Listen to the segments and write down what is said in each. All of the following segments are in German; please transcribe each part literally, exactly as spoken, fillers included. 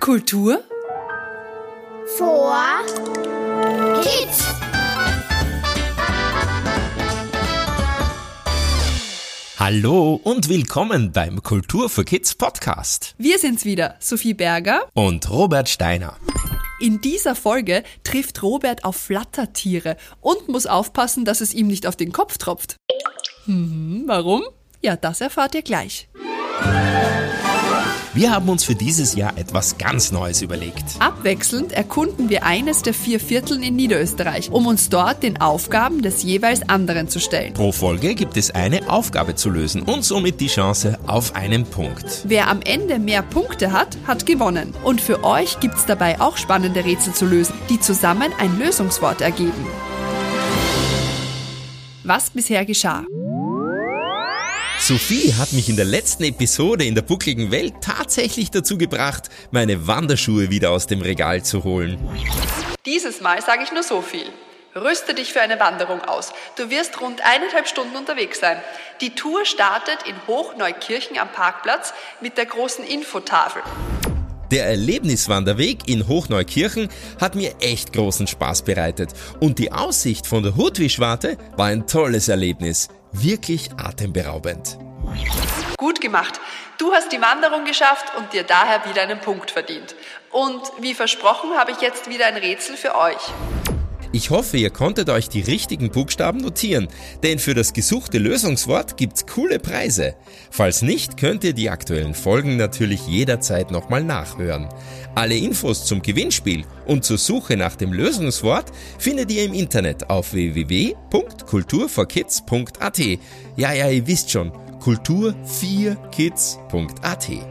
Kultur vor Kids. Hallo und willkommen beim Kultur für Kids Podcast. Wir sind's wieder, Sophie Berger und Robert Steiner. In dieser Folge trifft Robert auf Flattertiere und muss aufpassen, dass es ihm nicht auf den Kopf tropft. Hm, warum? Ja, das erfahrt ihr gleich. Wir haben uns für dieses Jahr etwas ganz Neues überlegt. Abwechselnd erkunden wir eines der vier Vierteln in Niederösterreich, um uns dort den Aufgaben des jeweils anderen zu stellen. Pro Folge gibt es eine Aufgabe zu lösen und somit die Chance auf einen Punkt. Wer am Ende mehr Punkte hat, hat gewonnen. Und für euch gibt's dabei auch spannende Rätsel zu lösen, die zusammen ein Lösungswort ergeben. Was bisher geschah? Sophie hat mich in der letzten Episode in der buckligen Welt tatsächlich dazu gebracht, meine Wanderschuhe wieder aus dem Regal zu holen. Dieses Mal sage ich nur so viel. Rüste dich für eine Wanderung aus. Du wirst rund eineinhalb Stunden unterwegs sein. Die Tour startet in Hochneukirchen am Parkplatz mit der großen Infotafel. Der Erlebniswanderweg in Hochneukirchen hat mir echt großen Spaß bereitet. Und die Aussicht von der Hurtwischwarte war ein tolles Erlebnis. Wirklich atemberaubend. Gut gemacht. Du hast die Wanderung geschafft und dir daher wieder einen Punkt verdient. Und wie versprochen habe ich jetzt wieder ein Rätsel für euch. Ich hoffe, ihr konntet euch die richtigen Buchstaben notieren, denn für das gesuchte Lösungswort gibt's coole Preise. Falls nicht, könnt ihr die aktuellen Folgen natürlich jederzeit nochmal nachhören. Alle Infos zum Gewinnspiel und zur Suche nach dem Lösungswort findet ihr im Internet auf w w w punkt kultur for kids punkt a t. Ja, ja, ihr wisst schon, kultur vier kids punkt a t.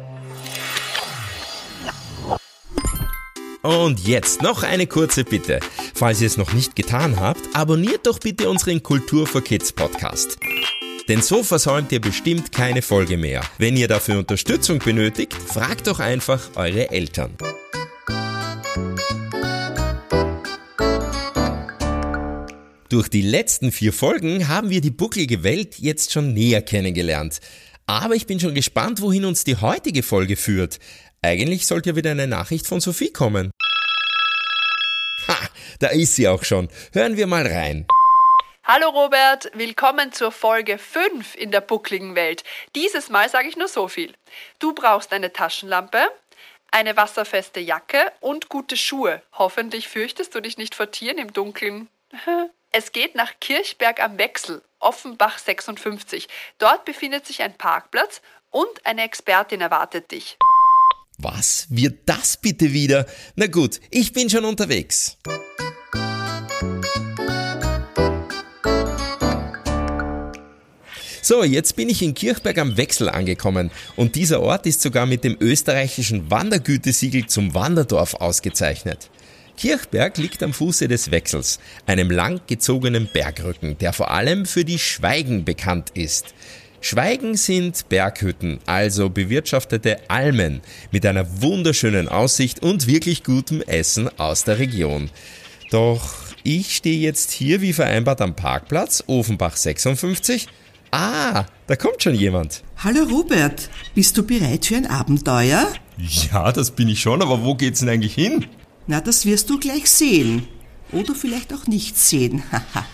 Und jetzt noch eine kurze Bitte. Falls ihr es noch nicht getan habt, abonniert doch bitte unseren Kultur for Kids Podcast. Denn so versäumt ihr bestimmt keine Folge mehr. Wenn ihr dafür Unterstützung benötigt, fragt doch einfach eure Eltern. Durch die letzten vier Folgen haben wir die bucklige Welt jetzt schon näher kennengelernt. Aber ich bin schon gespannt, wohin uns die heutige Folge führt. Eigentlich sollte ja wieder eine Nachricht von Sophie kommen. Ha, da ist sie auch schon. Hören wir mal rein. Hallo Robert, willkommen zur Folge fünf in der buckligen Welt. Dieses Mal sage ich nur so viel. Du brauchst eine Taschenlampe, eine wasserfeste Jacke und gute Schuhe. Hoffentlich fürchtest du dich nicht vor Tieren im Dunkeln. Es geht nach Kirchberg am Wechsel, Offenbach sechsundfünfzig. Dort befindet sich ein Parkplatz und eine Expertin erwartet dich. Was? Wird das bitte wieder? Na gut, ich bin schon unterwegs. So, jetzt bin ich in Kirchberg am Wechsel angekommen und dieser Ort ist sogar mit dem österreichischen Wandergütesiegel zum Wanderdorf ausgezeichnet. Kirchberg liegt am Fuße des Wechsels, einem langgezogenen Bergrücken, der vor allem für die Schweigen bekannt ist. Schweigen sind Berghütten, also bewirtschaftete Almen mit einer wunderschönen Aussicht und wirklich gutem Essen aus der Region. Doch ich stehe jetzt hier wie vereinbart am Parkplatz Offenbach sechsundfünfzig. Ah, da kommt schon jemand. Hallo Robert, bist du bereit für ein Abenteuer? Ja, das bin ich schon, aber wo geht's denn eigentlich hin? Na, das wirst du gleich sehen. Oder vielleicht auch nicht sehen.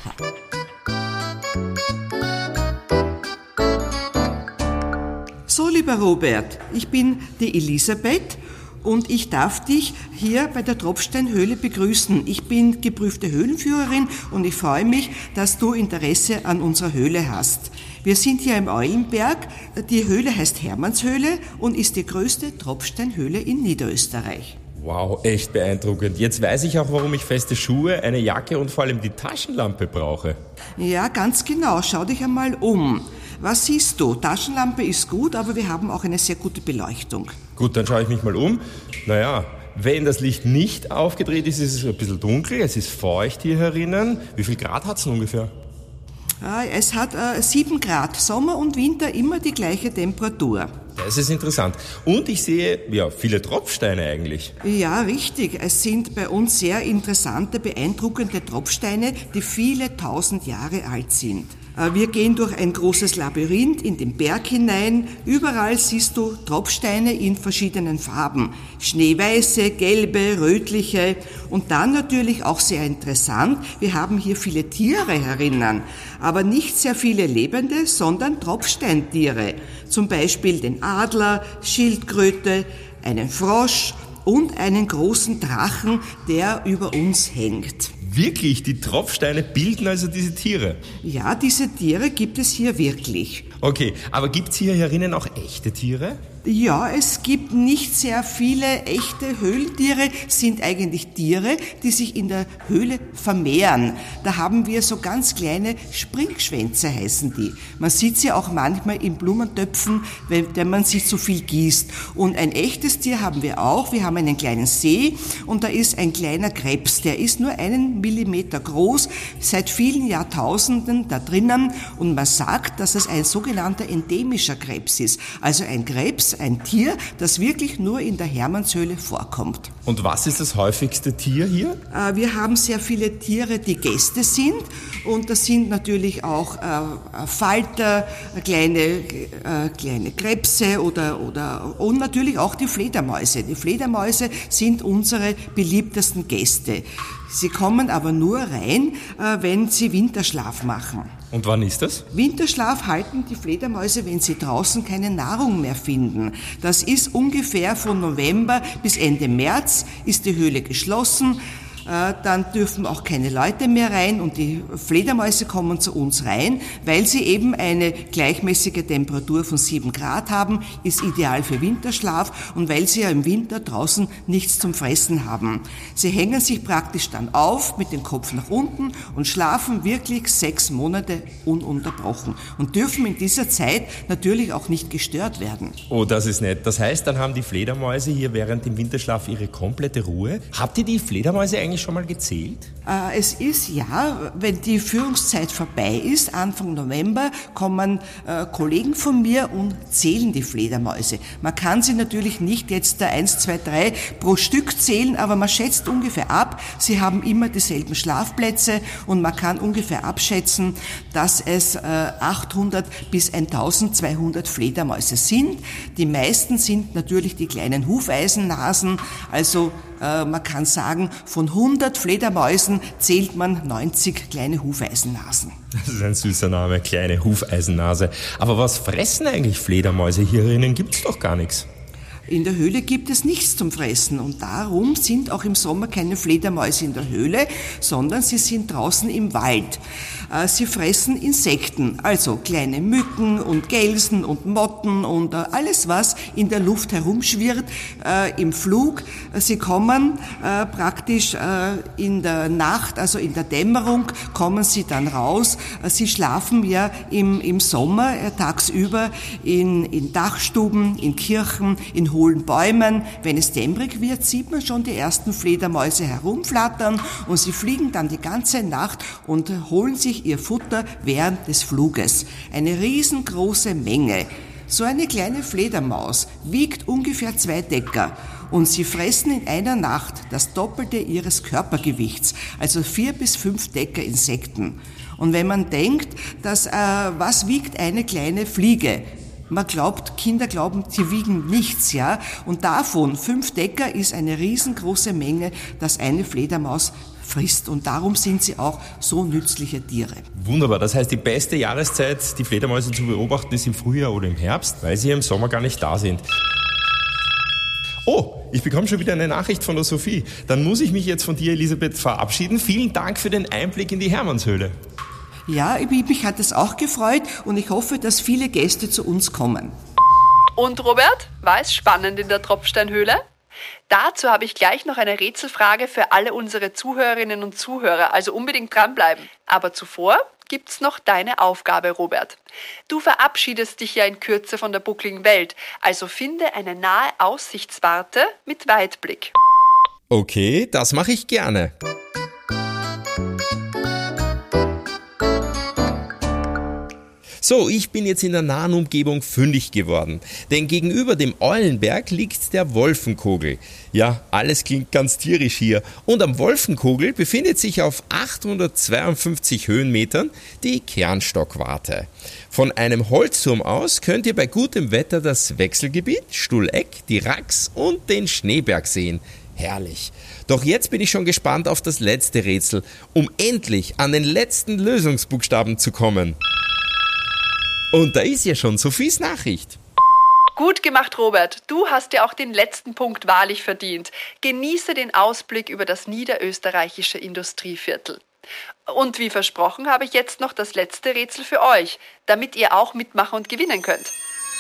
So, lieber Robert, ich bin die Elisabeth und ich darf dich hier bei der Tropfsteinhöhle begrüßen. Ich bin geprüfte Höhlenführerin und ich freue mich, dass du Interesse an unserer Höhle hast. Wir sind hier im Eulenberg. Die Höhle heißt Hermannshöhle und ist die größte Tropfsteinhöhle in Niederösterreich. Wow, echt beeindruckend. Jetzt weiß ich auch, warum ich feste Schuhe, eine Jacke und vor allem die Taschenlampe brauche. Ja, ganz genau. Schau dich einmal um. Was siehst du? Taschenlampe ist gut, aber wir haben auch eine sehr gute Beleuchtung. Gut, dann schaue ich mich mal um. Naja, wenn das Licht nicht aufgedreht ist, ist es ein bisschen dunkel, es ist feucht hier herinnen. Wie viel Grad hat es denn ungefähr? Ah, es hat äh, sieben Grad. Sommer und Winter immer die gleiche Temperatur. Das ist interessant. Und ich sehe, ja, viele Tropfsteine eigentlich. Ja, richtig. Es sind bei uns sehr interessante, beeindruckende Tropfsteine, die viele tausend Jahre alt sind. Wir gehen durch ein großes Labyrinth in den Berg hinein. Überall siehst du Tropfsteine in verschiedenen Farben. Schneeweiße, gelbe, rötliche und dann natürlich auch sehr interessant, wir haben hier viele Tiere herinnen, aber nicht sehr viele lebende, sondern Tropfsteintiere. Zum Beispiel den Adler, Schildkröte, einen Frosch und einen großen Drachen, der über uns hängt. Wirklich, die Tropfsteine bilden also diese Tiere? Ja, diese Tiere gibt es hier wirklich. Okay, aber gibt's hier herinnen auch echte Tiere? Ja, es gibt nicht sehr viele echte Höhlentiere, sind eigentlich Tiere, die sich in der Höhle vermehren. Da haben wir so ganz kleine Springschwänze, heißen die. Man sieht sie auch manchmal in Blumentöpfen, wenn man sich zu viel gießt. Und ein echtes Tier haben wir auch. Wir haben einen kleinen See und da ist ein kleiner Krebs. Der ist nur einen Millimeter groß, seit vielen Jahrtausenden da drinnen. Und man sagt, dass es ein sogenannter endemischer Krebs ist. Also ein Krebs, ein Tier, das wirklich nur in der Hermannshöhle vorkommt. Und was ist das häufigste Tier hier? Wir haben sehr viele Tiere, die Gäste sind und das sind natürlich auch äh, Falter, kleine, äh, kleine Krebse oder, oder, und natürlich auch die Fledermäuse. Die Fledermäuse sind unsere beliebtesten Gäste. Sie kommen aber nur rein, äh, wenn sie Winterschlaf machen. Und wann ist das? Winterschlaf halten die Fledermäuse, wenn sie draußen keine Nahrung mehr finden. Das ist ungefähr von November bis Ende März, ist die Höhle geschlossen. Dann dürfen auch keine Leute mehr rein und die Fledermäuse kommen zu uns rein, weil sie eben eine gleichmäßige Temperatur von sieben Grad haben, ist ideal für Winterschlaf und weil sie ja im Winter draußen nichts zum Fressen haben. Sie hängen sich praktisch dann auf mit dem Kopf nach unten und schlafen wirklich sechs Monate ununterbrochen und dürfen in dieser Zeit natürlich auch nicht gestört werden. Oh, das ist nett. Das heißt, dann haben die Fledermäuse hier während dem Winterschlaf ihre komplette Ruhe. Habt ihr die Fledermäuse eigentlich schon mal gezählt? Äh, es ist ja, wenn die Führungszeit vorbei ist, Anfang November, kommen äh, Kollegen von mir und zählen die Fledermäuse. Man kann sie natürlich nicht jetzt eins, zwei, drei pro Stück zählen, aber man schätzt ungefähr ab, sie haben immer dieselben Schlafplätze und man kann ungefähr abschätzen, dass es äh, achthundert bis eintausendzweihundert Fledermäuse sind. Die meisten sind natürlich die kleinen Hufeisennasen, also äh, man kann sagen, von hundert Fledermäusen zählt man neunzig kleine Hufeisennasen. Das ist ein süßer Name, kleine Hufeisennase. Aber was fressen eigentlich Fledermäuse? Hierinnen gibt's doch gar nichts. In der Höhle gibt es nichts zum Fressen und darum sind auch im Sommer keine Fledermäuse in der Höhle, sondern sie sind draußen im Wald. Sie fressen Insekten, also kleine Mücken und Gelsen und Motten und alles, was in der Luft herumschwirrt äh, im Flug. Sie kommen äh, praktisch äh, in der Nacht, also in der Dämmerung, kommen sie dann raus. Sie schlafen ja im, im Sommer äh, tagsüber in, in Dachstuben, in Kirchen, in hohlen Bäumen. Wenn es dämmerig wird, sieht man schon die ersten Fledermäuse herumflattern und sie fliegen dann die ganze Nacht und holen sich ihr Futter während des Fluges. Eine riesengroße Menge. So eine kleine Fledermaus wiegt ungefähr zwei Decker und sie fressen in einer Nacht das Doppelte ihres Körpergewichts, also vier bis fünf Decker Insekten. Und wenn man denkt, dass, äh, was wiegt eine kleine Fliege? Man glaubt, Kinder glauben, sie wiegen nichts, ja. Und davon, fünf Decker ist eine riesengroße Menge, dass eine Fledermaus frisst. Und darum sind sie auch so nützliche Tiere. Wunderbar. Das heißt, die beste Jahreszeit, die Fledermäuse zu beobachten, ist im Frühjahr oder im Herbst, weil sie im Sommer gar nicht da sind. Oh, ich bekomme schon wieder eine Nachricht von der Sophie. Dann muss ich mich jetzt von dir, Elisabeth, verabschieden. Vielen Dank für den Einblick in die Hermannshöhle. Ja, mich hat es auch gefreut und ich hoffe, dass viele Gäste zu uns kommen. Und Robert, war es spannend in der Tropfsteinhöhle? Dazu habe ich gleich noch eine Rätselfrage für alle unsere Zuhörerinnen und Zuhörer, also unbedingt dranbleiben. Aber zuvor gibt's noch deine Aufgabe, Robert. Du verabschiedest dich ja in Kürze von der buckligen Welt, also finde eine nahe Aussichtswarte mit Weitblick. Okay, das mache ich gerne. So, ich bin jetzt in der nahen Umgebung fündig geworden, denn gegenüber dem Eulenberg liegt der Wolfenkogel. Ja, alles klingt ganz tierisch hier. Und am Wolfenkogel befindet sich auf achthundertzweiundfünfzig Höhenmetern die Kernstockwarte. Von einem Holzturm aus könnt ihr bei gutem Wetter das Wechselgebiet, Stulleck, die Rax und den Schneeberg sehen. Herrlich. Doch jetzt bin ich schon gespannt auf das letzte Rätsel, um endlich an den letzten Lösungsbuchstaben zu kommen. Und da ist ja schon Sophies Nachricht. Gut gemacht, Robert. Du hast dir auch den letzten Punkt wahrlich verdient. Genieße den Ausblick über das niederösterreichische Industrieviertel. Und wie versprochen habe ich jetzt noch das letzte Rätsel für euch, damit ihr auch mitmachen und gewinnen könnt.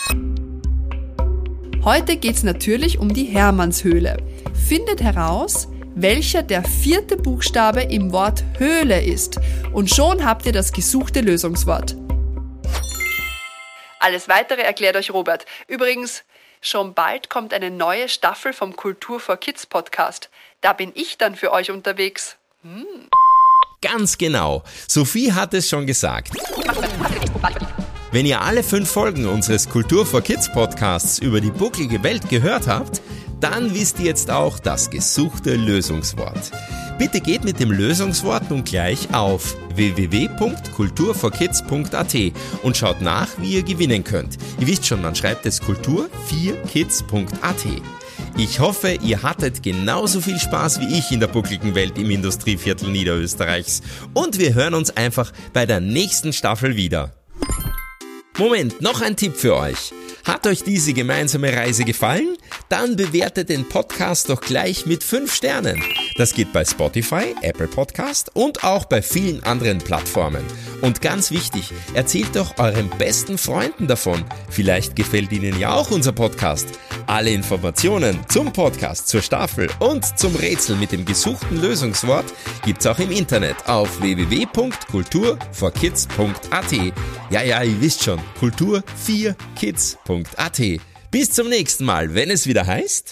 Heute geht's natürlich um die Hermannshöhle. Findet heraus, welcher der vierte Buchstabe im Wort Höhle ist. Und schon habt ihr das gesuchte Lösungswort. Alles Weitere erklärt euch Robert. Übrigens, schon bald kommt eine neue Staffel vom Kultur for Kids Podcast. Da bin ich dann für euch unterwegs. Hm. Ganz genau. Sophie hat es schon gesagt. Wenn ihr alle fünf Folgen unseres Kultur for Kids Podcasts über die bucklige Welt gehört habt, dann wisst ihr jetzt auch das gesuchte Lösungswort. Bitte geht mit dem Lösungswort nun gleich auf w w w punkt kultur for kids punkt a t und schaut nach, wie ihr gewinnen könnt. Ihr wisst schon, man schreibt es kultur vier kids punkt a t. Ich hoffe, ihr hattet genauso viel Spaß wie ich in der buckligen Welt im Industrieviertel Niederösterreichs. Und wir hören uns einfach bei der nächsten Staffel wieder. Moment, noch ein Tipp für euch. Hat euch diese gemeinsame Reise gefallen? Dann bewertet den Podcast doch gleich mit fünf Sternen. Das geht bei Spotify, Apple Podcast und auch bei vielen anderen Plattformen. Und ganz wichtig, erzählt doch euren besten Freunden davon. Vielleicht gefällt ihnen ja auch unser Podcast. Alle Informationen zum Podcast, zur Staffel und zum Rätsel mit dem gesuchten Lösungswort gibt's auch im Internet auf w w w punkt kultur for kids punkt a t. Ja, ja, ihr wisst schon, kultur vier kids punkt a t. Bis zum nächsten Mal, wenn es wieder heißt...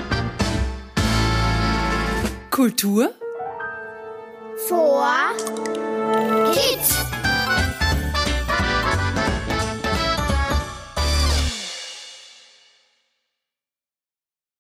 Kultur vor